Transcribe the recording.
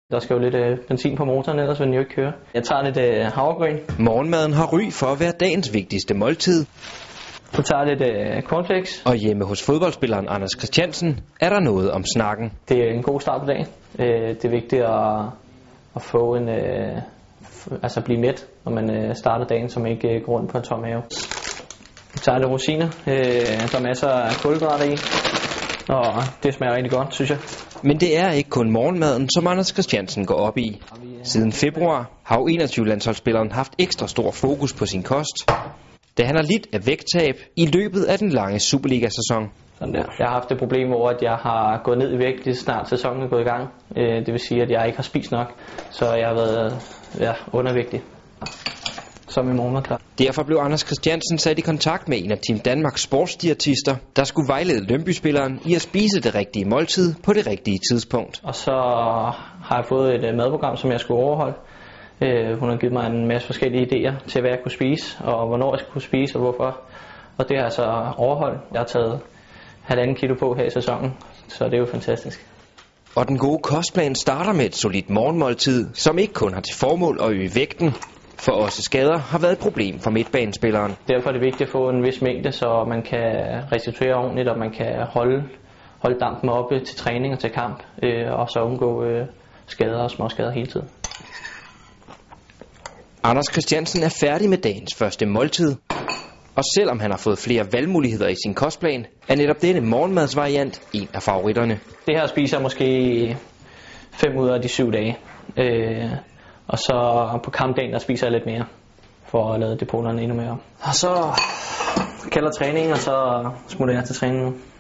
Der skal jo lidt benzin på motoren, ellers vil den jo ikke køre. Jeg tager lidt havregryn. Morgenmaden har ry for at være dagens vigtigste måltid. Så tager jeg lidt cornflakes. Og hjemme hos fodboldspilleren Anders Christiansen er der noget om snakken. Det er en god start på dagen. Det er vigtigt at få altså blive mæt, når man starter dagen, så man ikke går rundt på en tom mave. Så tager jeg lidt rosiner. Der er masser af kulhydrater i. Og det smager rigtig godt, synes jeg. Men det er ikke kun morgenmaden, som Anders Christiansen går op i. Siden februar har U21-landsholdsspilleren haft ekstra stor fokus på sin kost, da han har lidt af vægttab i løbet af den lange Superliga-sæson. Sådan der. Jeg har haft et problem, hvor jeg har gået ned i vægt lige snart sæsonen er gået i gang. Det vil sige, at jeg ikke har spist nok, så jeg har været undervægtig. Som i morgen klar. Derfor blev Anders Christiansen sat i kontakt med en af Team Danmarks sportsdiætister, der skulle vejlede Lyngby-spilleren i at spise det rigtige måltid på det rigtige tidspunkt. Og så har jeg fået et madprogram, som jeg skulle overholde. Hun har givet mig en masse forskellige idéer til, hvad jeg kunne spise, og hvornår jeg skulle spise, og hvorfor. Og det har jeg så overholdt. Jeg har taget 1,5 kilo på her i sæsonen, så det er jo fantastisk. Og den gode kostplan starter med et solidt morgenmåltid, som ikke kun har til formål at øge vægten, for også skader har været et problem for midtbanespilleren. Derfor er det vigtigt at få en vis mængde, så man kan restituere ordentligt, og man kan holde dampen oppe til træning og til kamp, og så undgå skader og småskader hele tiden. Anders Christiansen er færdig med dagens første måltid, og selvom han har fået flere valgmuligheder i sin kostplan, er netop denne morgenmadsvariant en af favoritterne. Det her spiser jeg måske 5 ud af de 7 dage. Og så på kampdagen der spiser jeg lidt mere, for at lade depoterne endnu mere. Og så kalder træning, og så smutter jeg til træning nu.